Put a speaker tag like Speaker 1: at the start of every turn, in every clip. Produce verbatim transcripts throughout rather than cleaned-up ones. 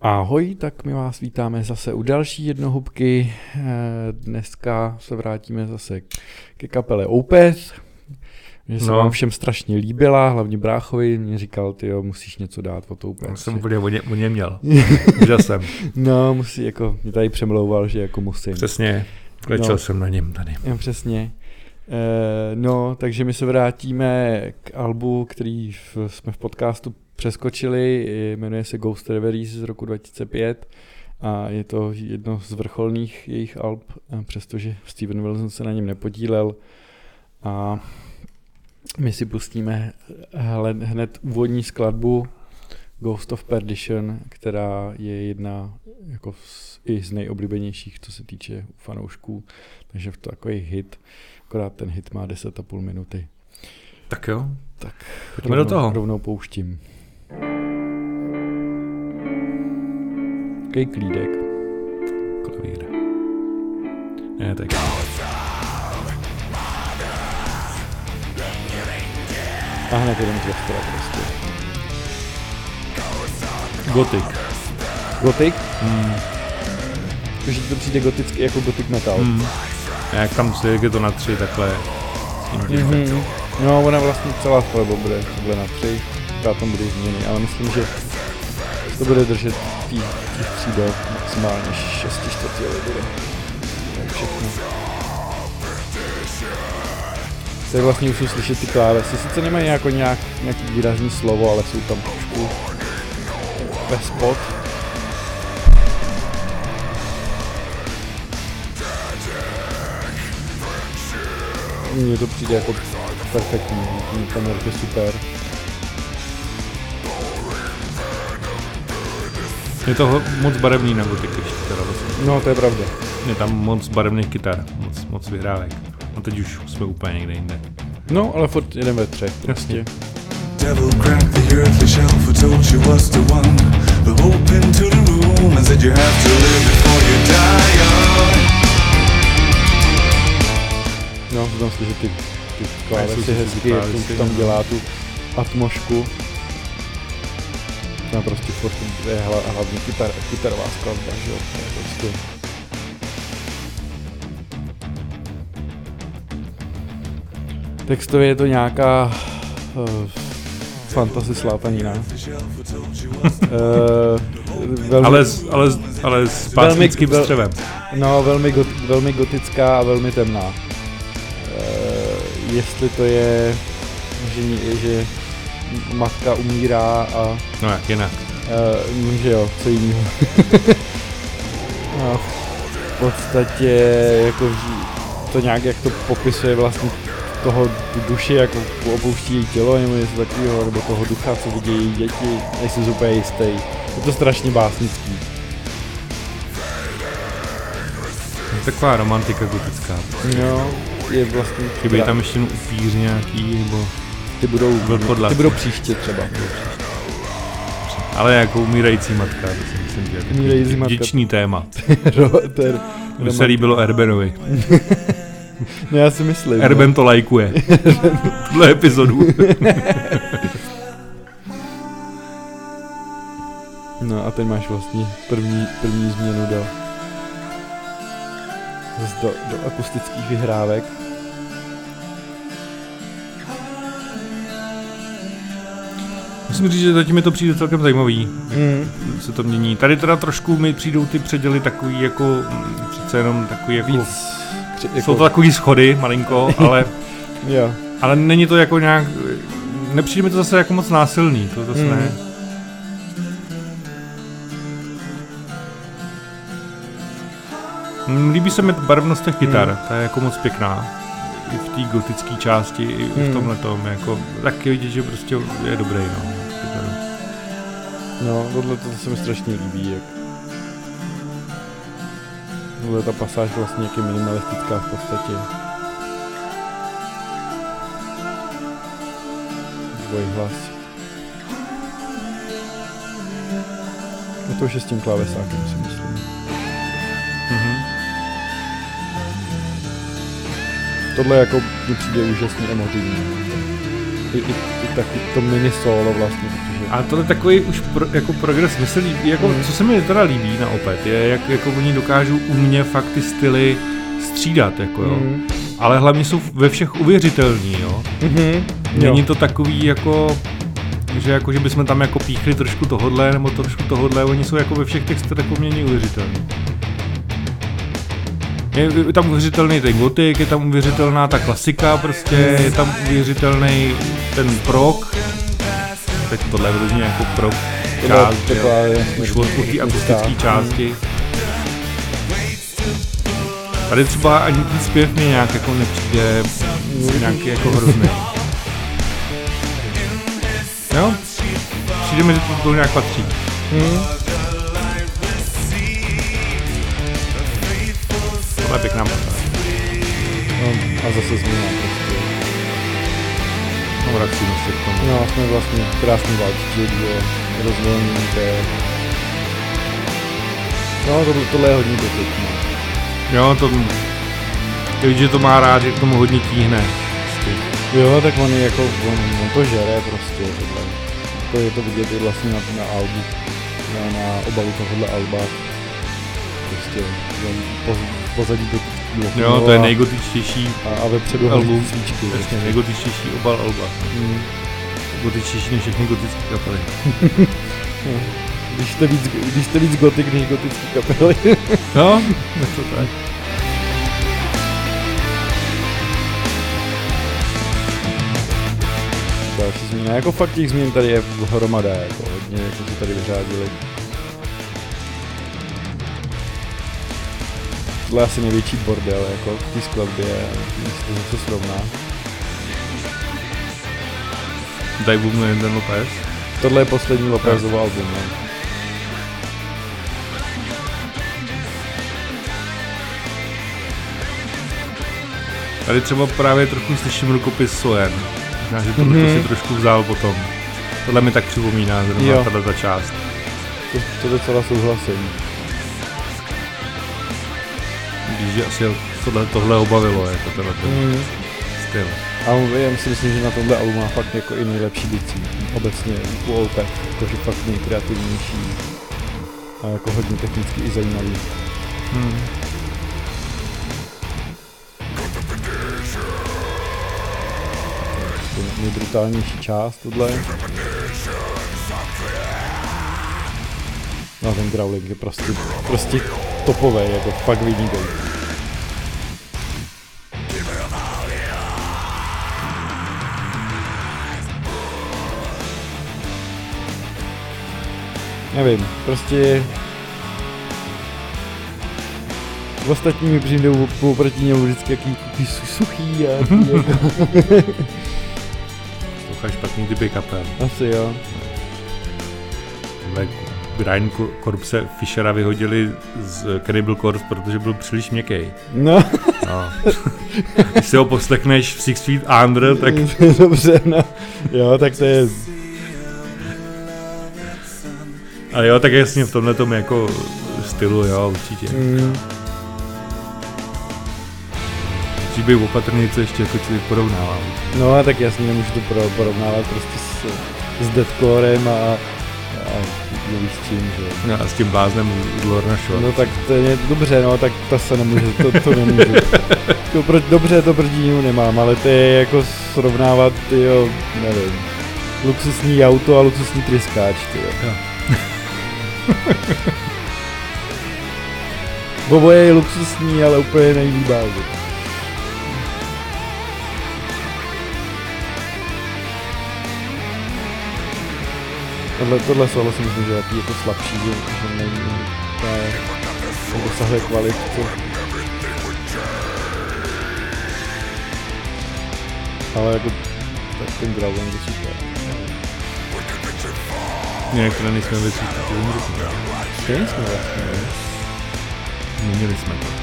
Speaker 1: Ahoj, tak my vás vítáme zase u další jednohubky. Dneska se vrátíme zase ke kapele Opeth, že se no. vám všem strašně líbila, hlavně bráchovi mě říkal, tyjo, musíš něco dát o to Opeth.
Speaker 2: Já jsem úplně o, ně, o ně měl, úžasem.
Speaker 1: No, musí, jako, mě tady přemlouval, že jako musím.
Speaker 2: Přesně, klečel no. jsem na něm tady.
Speaker 1: No, přesně. E, no, takže my se vrátíme k albu, který v, jsme v podcastu přeskočili, jmenuje se Ghost Reveries z roku dva tisíce pět a je to jedno z vrcholných jejich alb, přestože Steven Wilson se na něm nepodílel. A my si pustíme hned úvodní skladbu Ghost of Perdition, která je jedna jako z, i z nejoblíbenějších, co se týče fanoušků, takže to takový hit, akorát ten hit má deset a půl minuty.
Speaker 2: Tak jo,
Speaker 1: tak
Speaker 2: pojďme do toho.
Speaker 1: Rovnou pouštím. Jaký klídek.
Speaker 2: Klavír. Ne, tak.
Speaker 1: A hned jdeme z vestora prostě.
Speaker 2: Gothic.
Speaker 1: Gothic?
Speaker 2: Hmm.
Speaker 1: Takže to přijde goticky jako gothic metal.
Speaker 2: Hmm. Jak tam si, jak je to na tři, takhle.
Speaker 1: Mm-hmm. No, ona vlastně celá skladba bude takhle na tři, já tam budou změny, ale myslím, že to bude držet těch tří do maximálně šesti čtvrtě bude. Tak všechno. Tady vlastně už jsou slyšet ty klávesy, sice nemají jako nějak, nějaký výrazný slovo, ale jsou tam trošku bez spot. Mně to přijde jako perfektní, ten je super.
Speaker 2: Je to moc barevný na Gothic ještě teda vlastně.
Speaker 1: No, to je pravda.
Speaker 2: Je tam moc barevných kytar, moc, moc vyhrávek. A teď už jsme úplně někde jinde.
Speaker 1: No, ale furt jeden ve třech prostě.
Speaker 3: Devil cracked the earthly shelf and told she was the one. The hope into the room and said you have to live before you die young.
Speaker 1: No, tam slyšet ty, ty klávesy hezky, jak to tam dělá tu atmošku. To je prostě furt je hla, hlavně kytar, kytarová skladba, že jo, to je prostě. Textově je to nějaká uh, fantasy slátanina. uh, velmi,
Speaker 2: ale, ale, ale s pásnickým
Speaker 1: vel,
Speaker 2: střevem.
Speaker 1: No, velmi, got, velmi gotická a velmi temná. Uh, jestli to je, že, že matka umírá a...
Speaker 2: No jak jinak.
Speaker 1: Uh, že jo, co jinýho. No, v podstatě jako to nějak, jak to popisuje vlastně toho duši, jako opouští její tělo, nebo něco takového, nebo toho ducha, co vidí její děti, nejsem úplně jistý. Je to strašně básnický.
Speaker 2: Je taková romantika gotická.
Speaker 1: No, je vlastně...
Speaker 2: Chybí tam ještě upíř nějaký, nebo...
Speaker 1: Ty budou, ty budou příště třeba.
Speaker 2: Ale jako umírající matka, to si myslím, že je takový vděčný téma. To se líbilo Erbenovi.
Speaker 1: No já si myslím.
Speaker 2: Erben no. to lajkuje. Tuhle epizodu.
Speaker 1: No a teď máš vlastně první, první změnu do, do, do akustických vyhrávek.
Speaker 2: Musím říct, že zatím mi to přijde celkem zajímavý,
Speaker 1: mm.
Speaker 2: se to mění. Tady teda trošku mi přijdou ty předěly takový jako, přece jenom takový jako,
Speaker 1: víc, kři, jako...
Speaker 2: jsou to takový schody malinko, ale,
Speaker 1: jo. ale
Speaker 2: není to jako nějak, nepřijde mi to zase jako moc násilný, to zase mm. ne. Líbí se mi barevnost těch kytar, mm. ta je jako moc pěkná. I v té gotické části, i v
Speaker 1: mm.
Speaker 2: tomhletom, jako, tak je vidět, že prostě je dobrý, no.
Speaker 1: No, tohle to se mi strašně líbí, jak... Tohle ta pasáž vlastně jak je minimalistická v podstatě. Dvojhlas. A to už je s tím klávesákem, si myslím.
Speaker 2: Mhm.
Speaker 1: Tohle jako mi přijde úžasně emotivní. i, i, i taky to mini solo vlastně. Protože...
Speaker 2: A tohle takový už pro, jako progres, mně se líbí, jako, mm. co se mi teda líbí na opět, je jak jako oni dokážou u mě fakt ty styly střídat, jako jo. Mm. Ale hlavně jsou ve všech uvěřitelní, jo. Mm-hmm. Není jo. to takový jako, že jako, že bychom tam jako píchli trošku tohodle, nebo trošku tohodle, oni jsou jako ve všech těch stylech poměrně uvěřitelní. Je tam uvěřitelný ten gotik, je tam uvěřitelná ta klasika prostě, je tam uvěřitelný ten prog. Teď tohle je vložně jako prog část, už od té akustické části. Tady třeba ani ten zpěv mě nějak jako nepřijde nějaký jako hrozný. Jo? Přijde mi, že to nějak patří. Hmm. Tohle je pěkná pata.
Speaker 1: No, a zase změna prostě.
Speaker 2: No, vracíme se k tomu.
Speaker 1: No, jsme vlastně krásný válčíček, že rozvolní, to je... No, to, tohle je hodně dotyčný.
Speaker 2: Jo, to... Je vidět, že to má rád, že k tomu hodně tíhne.
Speaker 1: Jo, tak on je jako, on, on to žere prostě, tohle. To je to vidět i vlastně na, na albu, na, na obalu tohohle alba. Prostě, po, pozadí to
Speaker 2: jo, to je nejgotičtější
Speaker 1: a, a vepředu
Speaker 2: album,
Speaker 1: svíčky.
Speaker 2: Jasně, nejgotičtější obal alba. Mm. Gotičtější než všechny gotické kapely.
Speaker 1: No, když jste víc, když jste víc gotik než gotické kapely.
Speaker 2: No, je to tak.
Speaker 1: Další změna, jako fakt těch změn tady je hromada, jako hodně, jako si tady vyřádili. Tohle je asi největší bordel, jako v té skladbě, jestli to něco srovná.
Speaker 2: Daj bubnu jen ten Lopez.
Speaker 1: Tohle je poslední Lopezovo album, ne?
Speaker 2: Tady třeba právě trochu slyším rukopis Soen. Možná, že tohle mm-hmm. si trošku vzal potom. Tohle mi tak připomíná zrovna tato ta část.
Speaker 1: To, to docela souhlasím.
Speaker 2: Když asi tohle, tohle obavilo, jako tenhle mm. styl.
Speaker 1: A já si myslím, že na tomhle albu má fakt jako i nejlepší bicí. Obecně u Opeth, jakože fakt nejkreativnější. A jako hodně technicky i zajímavý. Hmm. Nejbrutálnější část tohle. No ten growling je prostě, prostě topový, jako fakt vynikající. Nevím, prostě v ostatní mi přijdou oproti němu vždycky jaký suchý a jako...
Speaker 2: Posloucháš špatný typy kapel.
Speaker 1: Asi jo.
Speaker 2: Brian Corpse Fishera vyhodili z Cannibal Corpse, protože byl příliš měkkej.
Speaker 1: No.
Speaker 2: no. Když si ho poslechneš v Six Feet Under, tak...
Speaker 1: Dobře, no. Jo, tak to je...
Speaker 2: Ale jo, tak jasně v tomhletom jako stylu, jo, určitě. Mm. Musíš být opatrný, co ještě jako člověk porovnává.
Speaker 1: No a tak jasně nemůžu to porovnávat prostě s, s deathcorem a, a víš s čím, že...
Speaker 2: No a s tím bláznem z Lorna Shore.
Speaker 1: No tak to je dobře, no tak to se nemůže, to, to nemůžu. To pro, dobře, to proti němu nemám, ale to je jako srovnávat, tyjo, nevím, luxusní auto a luxusní tryskáč, tyjo. Jo. Bobo je luxusní, ale úplně nejlíp bázi. Tohle, tohle solo si myslím, že je jako slabší, že, že není, to dosahuje kvalitu. Ale jako tak ten growling je super.
Speaker 2: Některé nejsme věcí, které umřu.
Speaker 1: Stejně jsme vlastně, ne?
Speaker 2: Změnili jsme to.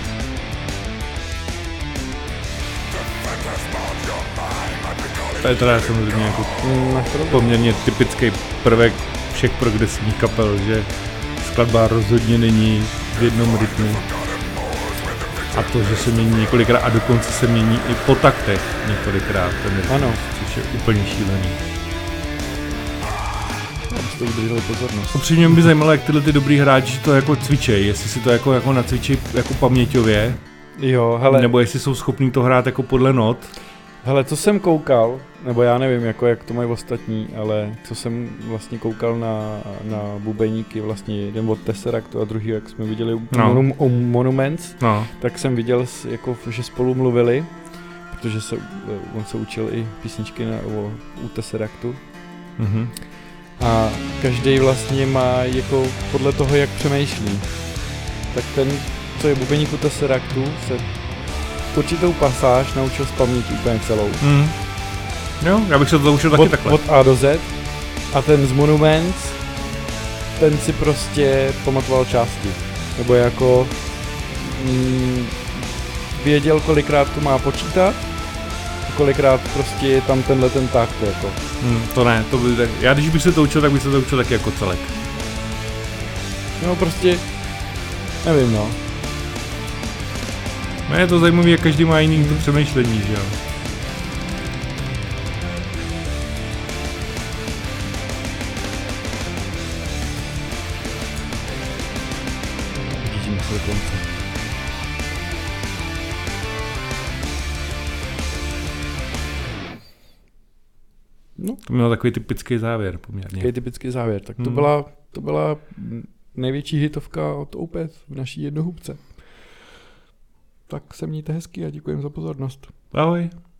Speaker 2: To je teda samozřejmě jako poměrně typický prvek všech progresivních kapel, že skladba rozhodně není v jednom rytmu. A to, že se mění několikrát a dokonce se mění i po taktech několikrát, ten rytmus,
Speaker 1: ano.
Speaker 2: Což je úplně šílený.
Speaker 1: Abyste udrželi pozornost.
Speaker 2: Upřímně by zajímalo, jak tyhle ty dobrý hráči to jako cvičej, jestli si to jako, jako nacvičí jako paměťově,
Speaker 1: Jo, hele.
Speaker 2: nebo jestli jsou schopní to hrát jako podle not.
Speaker 1: Hele, co jsem koukal, nebo já nevím, jako jak to mají ostatní, ale co jsem vlastně koukal na, na bubeníky, vlastně jeden od Tesseractu a druhý, jak jsme viděli u
Speaker 2: No.
Speaker 1: Monum, u Monuments,
Speaker 2: No.
Speaker 1: tak jsem viděl, jako, že spolu mluvili, protože se, on se učil i písničky na, o, u Tesseractu.
Speaker 2: Mhm.
Speaker 1: A každý vlastně má jako podle toho, jak přemýšlí. Tak ten, co je bubeník u Tesseractu, se určitou pasáž naučil z paměti úplně celou.
Speaker 2: Mm. Jo, já bych se to naučil taky
Speaker 1: od,
Speaker 2: takhle.
Speaker 1: od A do Z. A ten z Monuments, ten si prostě pamatoval části. Nebo jako mm, věděl, kolikrát to má počítat, a kolikrát prostě je tam tenhle ten takt jako.
Speaker 2: Hmm, to ne, to by tak, já když bych se to učil, tak bych se to učil taky jako celek.
Speaker 1: No prostě, nevím no.
Speaker 2: No je to zajímavé, jak každý má jiný to přemýšlení, že jo.
Speaker 1: Blížíme se do konce. No,
Speaker 2: To měl takový typický závěr poměrně.
Speaker 1: takový typický závěr. Tak to
Speaker 2: Hmm.
Speaker 1: byla, to byla největší hitovka od Opeth v naší jednohubce. Tak se mějte hezky a děkujem za pozornost.
Speaker 2: Ahoj.